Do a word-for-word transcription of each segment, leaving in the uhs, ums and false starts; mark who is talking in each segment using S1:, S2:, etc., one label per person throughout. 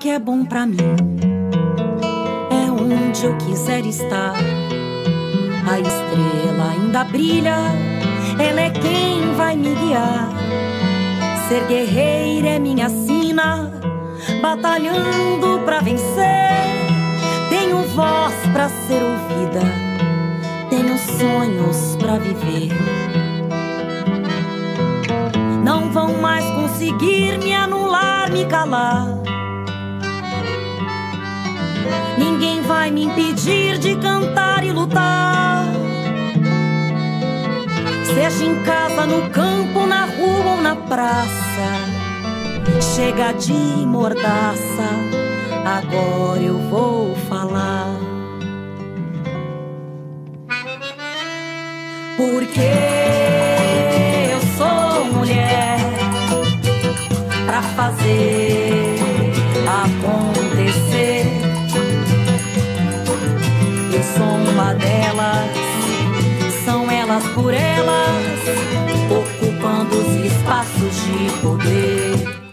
S1: que é bom pra mim é onde eu quiser estar. A estrela ainda brilha, ela é quem vai me guiar. Ser guerreira é minha sina, batalhando pra vencer. Tenho voz pra ser ouvida, tenho sonhos pra viver. Não vão mais conseguir me anular, me calar. Ninguém vai me impedir de cantar e lutar. Seja em casa, no campo, na rua ou na praça. Chega de mordaça, agora eu vou falar. Porque eu sou mulher pra fazer acontecer. Eu sou uma delas, são elas por elas, ocupando os espaços de poder.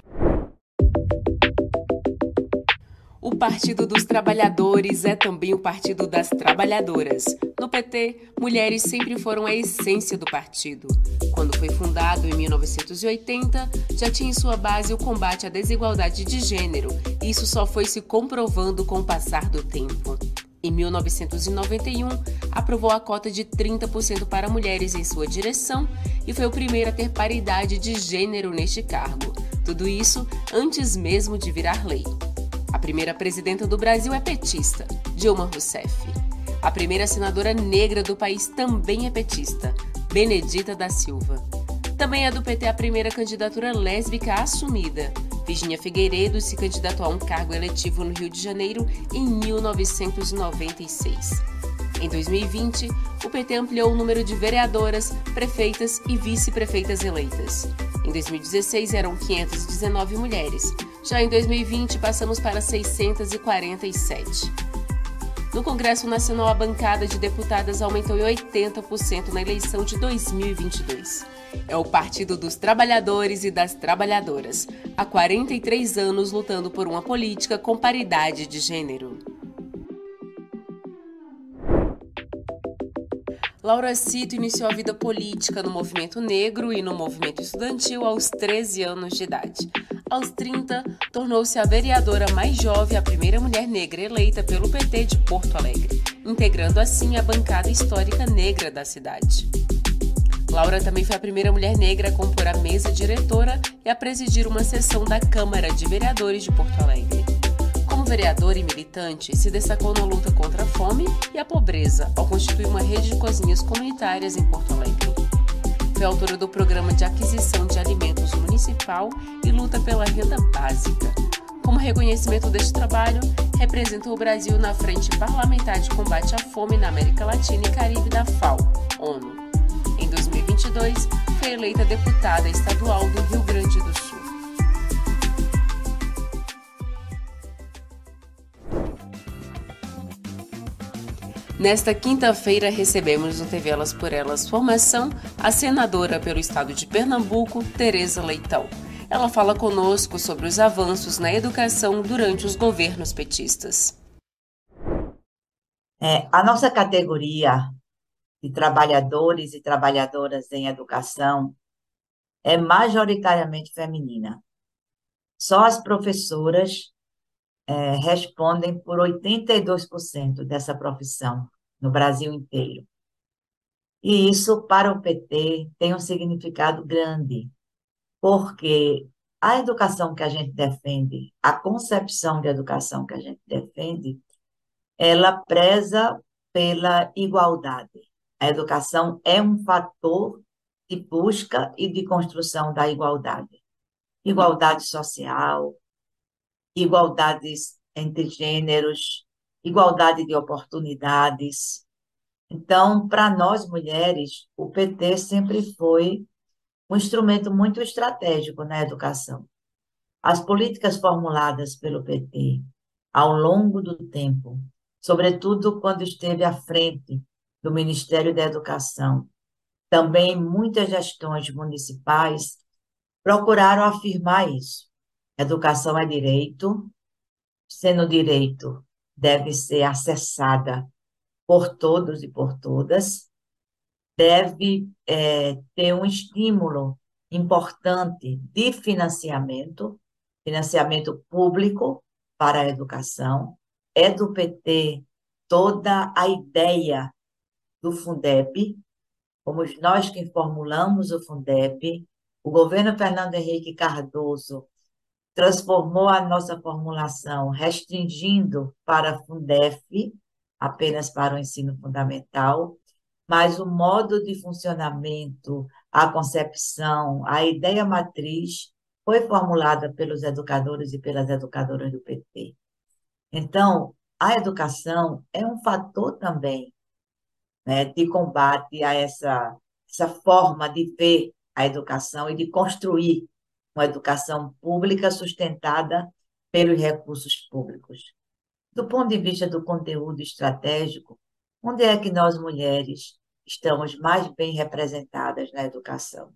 S2: O Partido dos Trabalhadores é também o Partido das Trabalhadoras. No P T, mulheres sempre foram a essência do partido. Quando foi fundado em mil novecentos e oitenta, já tinha em sua base o combate à desigualdade de gênero, e isso só foi se comprovando com o passar do tempo. Em mil novecentos e noventa e um, aprovou a cota de trinta por cento para mulheres em sua direção e foi o primeiro a ter paridade de gênero neste cargo. Tudo isso antes mesmo de virar lei. A primeira presidenta do Brasil é petista, Dilma Rousseff. A primeira senadora negra do país também é petista, Benedita da Silva. Também é do P T a primeira candidatura lésbica assumida. Virgínia Figueiredo se candidatou a um cargo eletivo no Rio de Janeiro em mil novecentos e noventa e seis. Em dois mil e vinte, o P T ampliou o número de vereadoras, prefeitas e vice-prefeitas eleitas. Em dois mil e dezesseis eram quinhentas e dezenove mulheres. Já em dois mil e vinte passamos para seiscentas e quarenta e sete. No Congresso Nacional, a bancada de deputadas aumentou em oitenta por cento na eleição de dois mil e vinte e dois. É o Partido dos Trabalhadores e das Trabalhadoras, há quarenta e três anos lutando por uma política com paridade de gênero. Laura Cito iniciou a vida política no movimento negro e no movimento estudantil aos treze anos de idade. Aos trinta, tornou-se a vereadora mais jovem, a primeira mulher negra eleita pelo P T de Porto Alegre, integrando assim a bancada histórica negra da cidade. Laura também foi a primeira mulher negra a compor a mesa diretora e a presidir uma sessão da Câmara de Vereadores de Porto Alegre. Como vereadora e militante, se destacou na luta contra a fome e a pobreza, ao constituir uma rede de cozinhas comunitárias em Porto Alegre. Foi autora do Programa de Aquisição de Alimentos Municipal e luta pela renda básica. Como reconhecimento deste trabalho, representou o Brasil na Frente Parlamentar de Combate à Fome na América Latina e Caribe da FAO, ONU. Em dois mil e vinte e dois, foi eleita deputada estadual do Rio Grande do Sul. Nesta quinta-feira, recebemos no T V Elas por Elas Formação a senadora pelo estado de Pernambuco, Tereza Leitão. Ela fala conosco sobre os avanços na educação durante os governos petistas.
S3: É, a nossa categoria de trabalhadores e trabalhadoras em educação é majoritariamente feminina. Só as professoras é, respondem por oitenta e dois por cento dessa profissão no Brasil inteiro. E isso, para o P T, tem um significado grande, porque a educação que a gente defende, a concepção de educação que a gente defende, ela preza pela igualdade. A educação é um fator de busca e de construção da igualdade. Igualdade social, igualdades entre gêneros, igualdade de oportunidades. Então, para nós mulheres, o P T sempre foi um instrumento muito estratégico na educação. As políticas formuladas pelo P T ao longo do tempo, sobretudo quando esteve à frente do Ministério da Educação, também muitas gestões municipais procuraram afirmar isso. Educação é direito, sendo direito, deve ser acessada por todos e por todas, deve é, ter um estímulo importante de financiamento, financiamento público para a educação. É do P T toda a ideia do Fundeb, como nós que formulamos o Fundeb, o governo Fernando Henrique Cardoso transformou a nossa formulação, restringindo para a Fundef, apenas para o ensino fundamental, mas o modo de funcionamento, a concepção, a ideia matriz foi formulada pelos educadores e pelas educadoras do P T. Então, a educação é um fator também, né, de combate a essa, essa forma de ver a educação e de construir uma educação pública sustentada pelos recursos públicos. Do ponto de vista do conteúdo estratégico, onde é que nós, mulheres, estamos mais bem representadas na educação?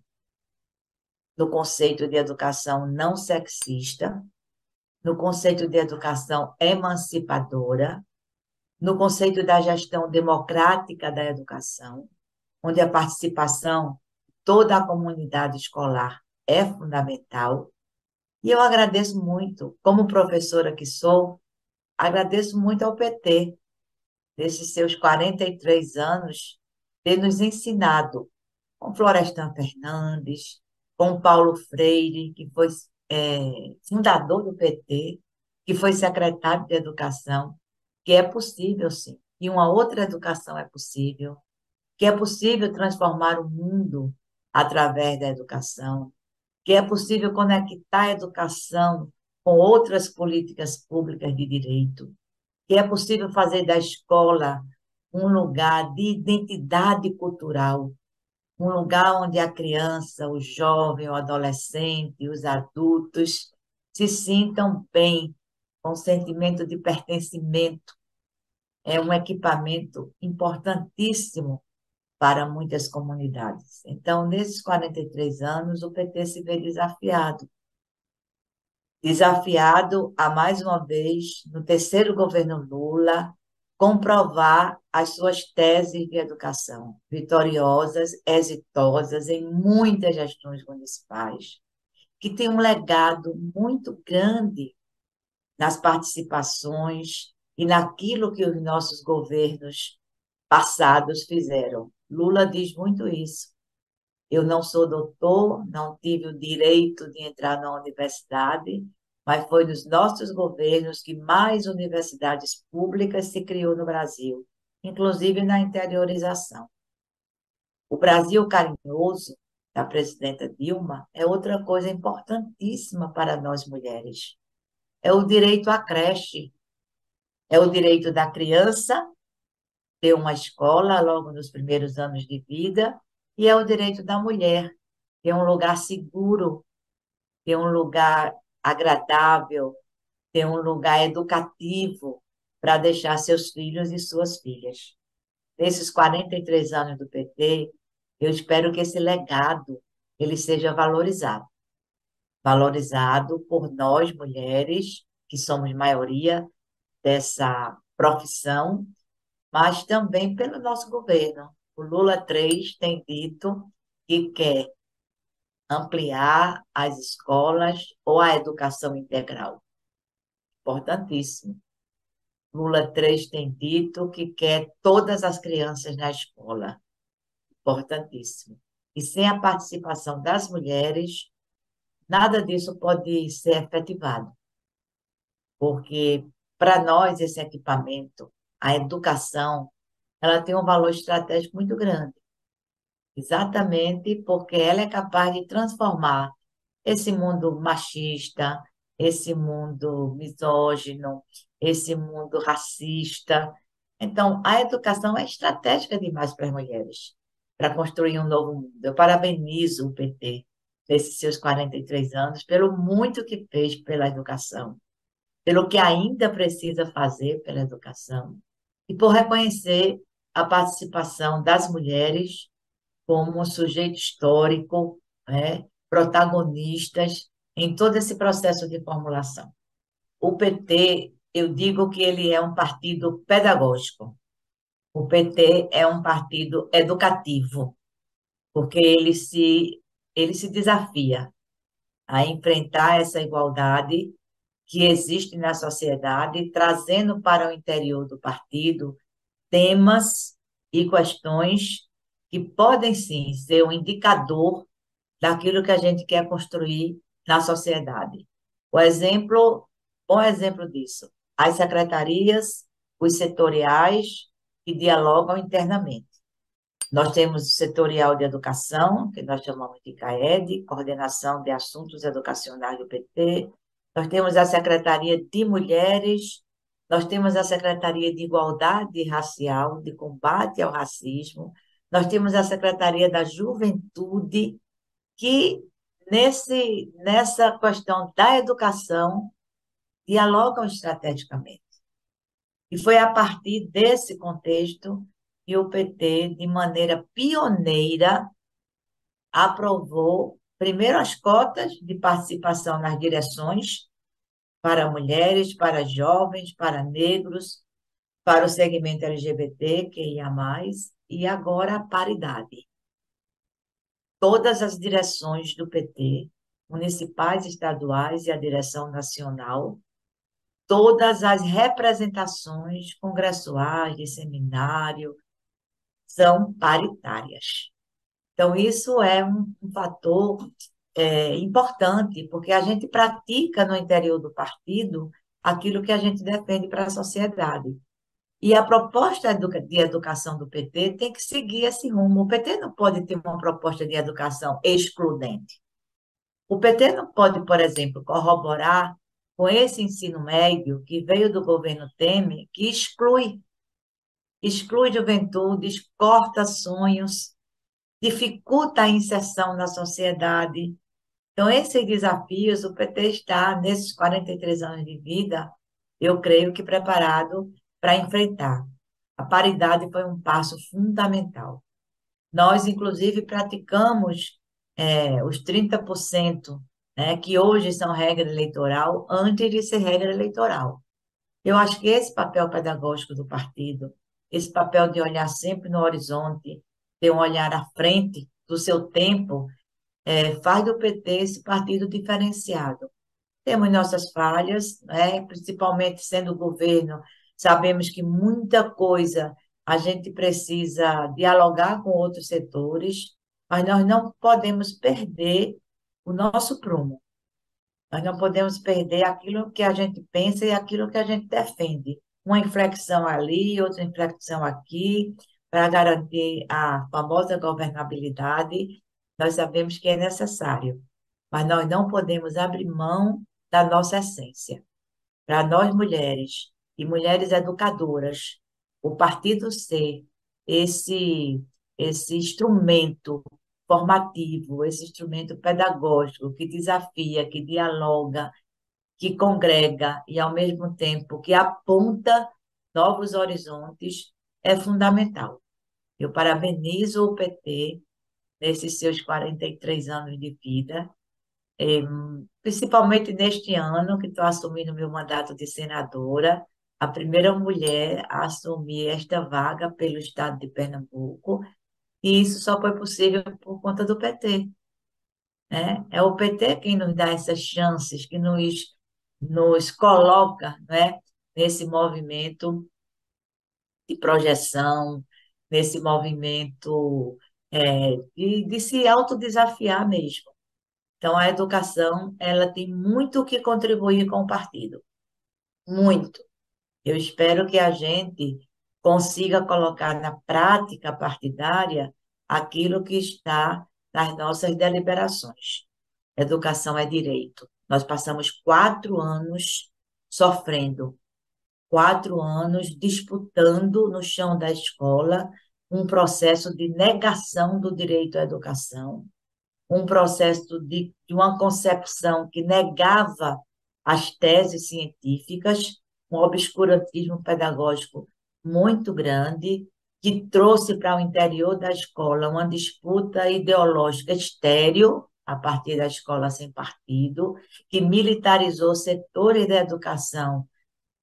S3: No conceito de educação não sexista, no conceito de educação emancipadora, no conceito da gestão democrática da educação, onde a participação de toda a comunidade escolar é fundamental. E eu agradeço muito, como professora que sou, agradeço muito ao P T, desses seus quarenta e três anos, ter nos ensinado, com Florestan Fernandes, com Paulo Freire, que foi é, fundador do P T, que foi secretário de Educação, que é possível, sim, que uma outra educação é possível, que é possível transformar o mundo através da educação, que é possível conectar a educação com outras políticas públicas de direito, que é possível fazer da escola um lugar de identidade cultural, um lugar onde a criança, o jovem, o adolescente, os adultos se sintam bem, com sentimento de pertencimento. É um equipamento importantíssimo para muitas comunidades. Então, nesses quarenta e três anos, o P T se vê desafiado. Desafiado a, mais uma vez, no terceiro governo Lula, comprovar as suas teses de educação, vitoriosas, exitosas em muitas gestões municipais, que tem um legado muito grande nas participações e naquilo que os nossos governos passados fizeram. Lula diz muito isso. Eu não sou doutor, não tive o direito de entrar na universidade, mas foi nos nossos governos que mais universidades públicas se criou no Brasil, inclusive na interiorização. O Brasil carinhoso, da presidenta Dilma, é outra coisa importantíssima para nós mulheres. É o direito à creche, é o direito da criança ter uma escola logo nos primeiros anos de vida, e é o direito da mulher ter um lugar seguro, ter um lugar agradável, ter um lugar educativo para deixar seus filhos e suas filhas. Nesses quarenta e três anos do P T, eu espero que esse legado ele seja valorizado. Valorizado por nós, mulheres, que somos maioria dessa profissão, mas também pelo nosso governo. O Lula três tem dito que quer ampliar as escolas ou a educação integral. Importantíssimo. Lula três tem dito que quer todas as crianças na escola. Importantíssimo. E sem a participação das mulheres, nada disso pode ser efetivado. Porque, para nós, esse equipamento, a educação, ela tem um valor estratégico muito grande. Exatamente porque ela é capaz de transformar esse mundo machista, esse mundo misógino, esse mundo racista. Então, a educação é estratégica demais para as mulheres, para construir um novo mundo. Eu parabenizo o P T, nesses seus quarenta e três anos, pelo muito que fez pela educação, pelo que ainda precisa fazer pela educação, e por reconhecer a participação das mulheres como um sujeito histórico, né, protagonistas em todo esse processo de formulação. O P T eu digo que ele é um partido pedagógico. O P T é um partido educativo, porque ele se, ele se desafia a enfrentar essa igualdade que existe na sociedade, trazendo para o interior do partido temas e questões que podem sim ser um indicador daquilo que a gente quer construir na sociedade. O exemplo, bom exemplo disso, as secretarias, os setoriais que dialogam internamente. Nós temos o setorial de educação, que nós chamamos de CAED, Coordenação de Assuntos Educacionais do P T. Nós temos a Secretaria de Mulheres, nós temos a Secretaria de Igualdade Racial, de Combate ao Racismo, nós temos a Secretaria da Juventude, que nesse, nessa questão da educação dialogam estrategicamente. E foi a partir desse contexto que o P T, de maneira pioneira, aprovou primeiro as cotas de participação nas direções para mulheres, para jovens, para negros, para o segmento L G B T, Q I A mais, e agora a paridade. Todas as direções do P T, municipais, estaduais e a direção nacional, todas as representações congressuais, de seminário, são paritárias. Então, isso é um, um fator é, importante, porque a gente pratica no interior do partido aquilo que a gente defende para a sociedade. E a proposta de educação do P T tem que seguir esse rumo. O P T não pode ter uma proposta de educação excludente. O P T não pode, por exemplo, corroborar com esse ensino médio que veio do governo Temer, que exclui, exclui juventudes, corta sonhos, dificulta a inserção na sociedade. Então, esses desafios, o P T está, nesses quarenta e três anos de vida, eu creio que preparado para enfrentar. A paridade foi um passo fundamental. Nós, inclusive, praticamos é, os trinta por cento, né, que hoje são regra eleitoral, antes de ser regra eleitoral. Eu acho que esse papel pedagógico do partido, esse papel de olhar sempre no horizonte, ter um olhar à frente do seu tempo, é, faz do P T esse partido diferenciado. Temos nossas falhas, né, principalmente sendo o governo, sabemos que muita coisa a gente precisa dialogar com outros setores, mas nós não podemos perder o nosso prumo. Nós não podemos perder aquilo que a gente pensa e aquilo que a gente defende. Uma inflexão ali, outra inflexão aqui, para garantir a famosa governabilidade, nós sabemos que é necessário, mas nós não podemos abrir mão da nossa essência. Para nós, mulheres e mulheres educadoras, o partido ser esse, esse instrumento formativo, esse instrumento pedagógico que desafia, que dialoga, que congrega e, ao mesmo tempo, que aponta novos horizontes, é fundamental. Eu parabenizo o P T nesses seus quarenta e três anos de vida, eh, principalmente neste ano que estou assumindo meu mandato de senadora, a primeira mulher a assumir esta vaga pelo estado de Pernambuco, e isso só foi possível por conta do P T, né? É o P T quem nos dá essas chances, que nos, nos coloca, né, nesse movimento de projeção, nesse movimento é, de, de se autodesafiar mesmo. Então, a educação, ela tem muito o que contribuir com o partido, muito. Eu espero que a gente consiga colocar na prática partidária aquilo que está nas nossas deliberações. Educação é direito. Nós passamos quatro anos sofrendo, quatro anos disputando no chão da escola um processo de negação do direito à educação, um processo de, de uma concepção que negava as teses científicas, um obscurantismo pedagógico muito grande, que trouxe para o interior da escola uma disputa ideológica estéril, a partir da escola sem partido, que militarizou setores da educação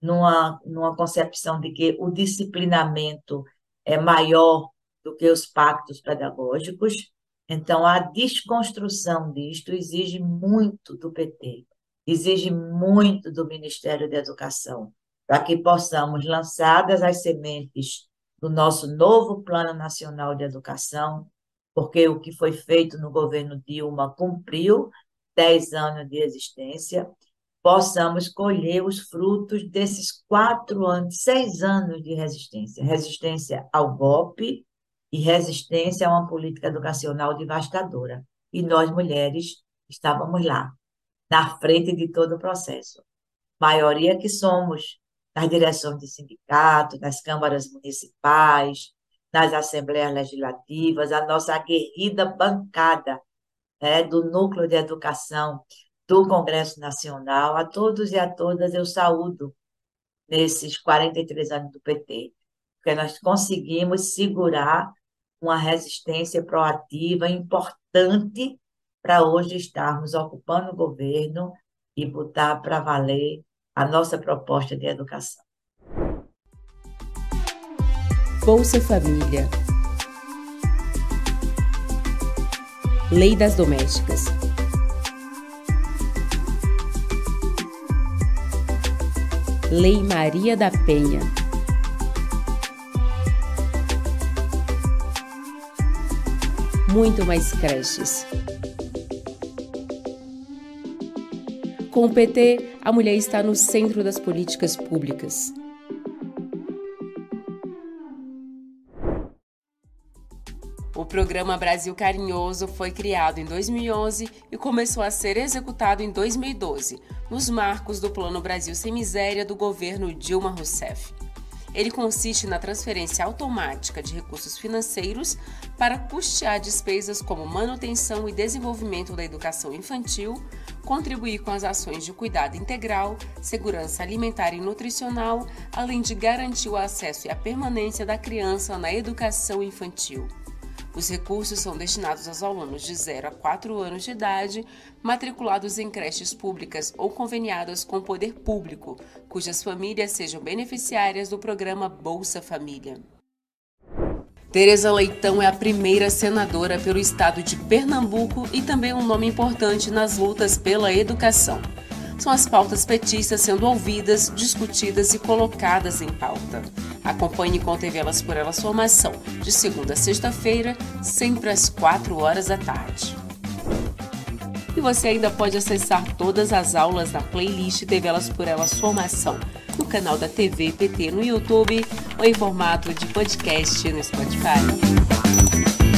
S3: numa, numa concepção de que o disciplinamento é maior do que os pactos pedagógicos. Então, a desconstrução disto exige muito do P T, exige muito do Ministério da Educação, para que possamos, lançadas as sementes do nosso novo Plano Nacional de Educação, porque o que foi feito no governo Dilma cumpriu dez anos de existência, possamos colher os frutos desses quatro anos, seis anos de resistência. Resistência ao golpe e resistência a uma política educacional devastadora. E nós, mulheres, estávamos lá, na frente de todo o processo. Maioria que somos, nas direções de sindicatos, nas câmaras municipais, nas assembleias legislativas, a nossa aguerrida bancada, né, do Núcleo de Educação do Congresso Nacional. A todos e a todas eu saúdo nesses quarenta e três anos do P T, porque nós conseguimos segurar uma resistência proativa importante para hoje estarmos ocupando o governo e botar para valer a nossa proposta de educação.
S2: Bolsa Família. Lei das Domésticas. Lei Maria da Penha. Muito mais creches. Com o P T, a mulher está no centro das políticas públicas. O programa Brasil Carinhoso foi criado em dois mil e onze e começou a ser executado em dois mil e doze, nos marcos do Plano Brasil Sem Miséria do governo Dilma Rousseff. Ele consiste na transferência automática de recursos financeiros para custear despesas como manutenção e desenvolvimento da educação infantil, contribuir com as ações de cuidado integral, segurança alimentar e nutricional, além de garantir o acesso e a permanência da criança na educação infantil. Os recursos são destinados aos alunos de zero a quatro anos de idade, matriculados em creches públicas ou conveniadas com o poder público, cujas famílias sejam beneficiárias do programa Bolsa Família. Tereza Leitão é a primeira senadora pelo estado de Pernambuco e também um nome importante nas lutas pela educação. São as pautas petistas sendo ouvidas, discutidas e colocadas em pauta. Acompanhe com T V Elas por Elas Formação, de segunda a sexta-feira, sempre às quatro horas da tarde. E você ainda pode acessar todas as aulas na playlist T V Elas por Elas Formação, no canal da T V P T no YouTube ou em formato de podcast no Spotify.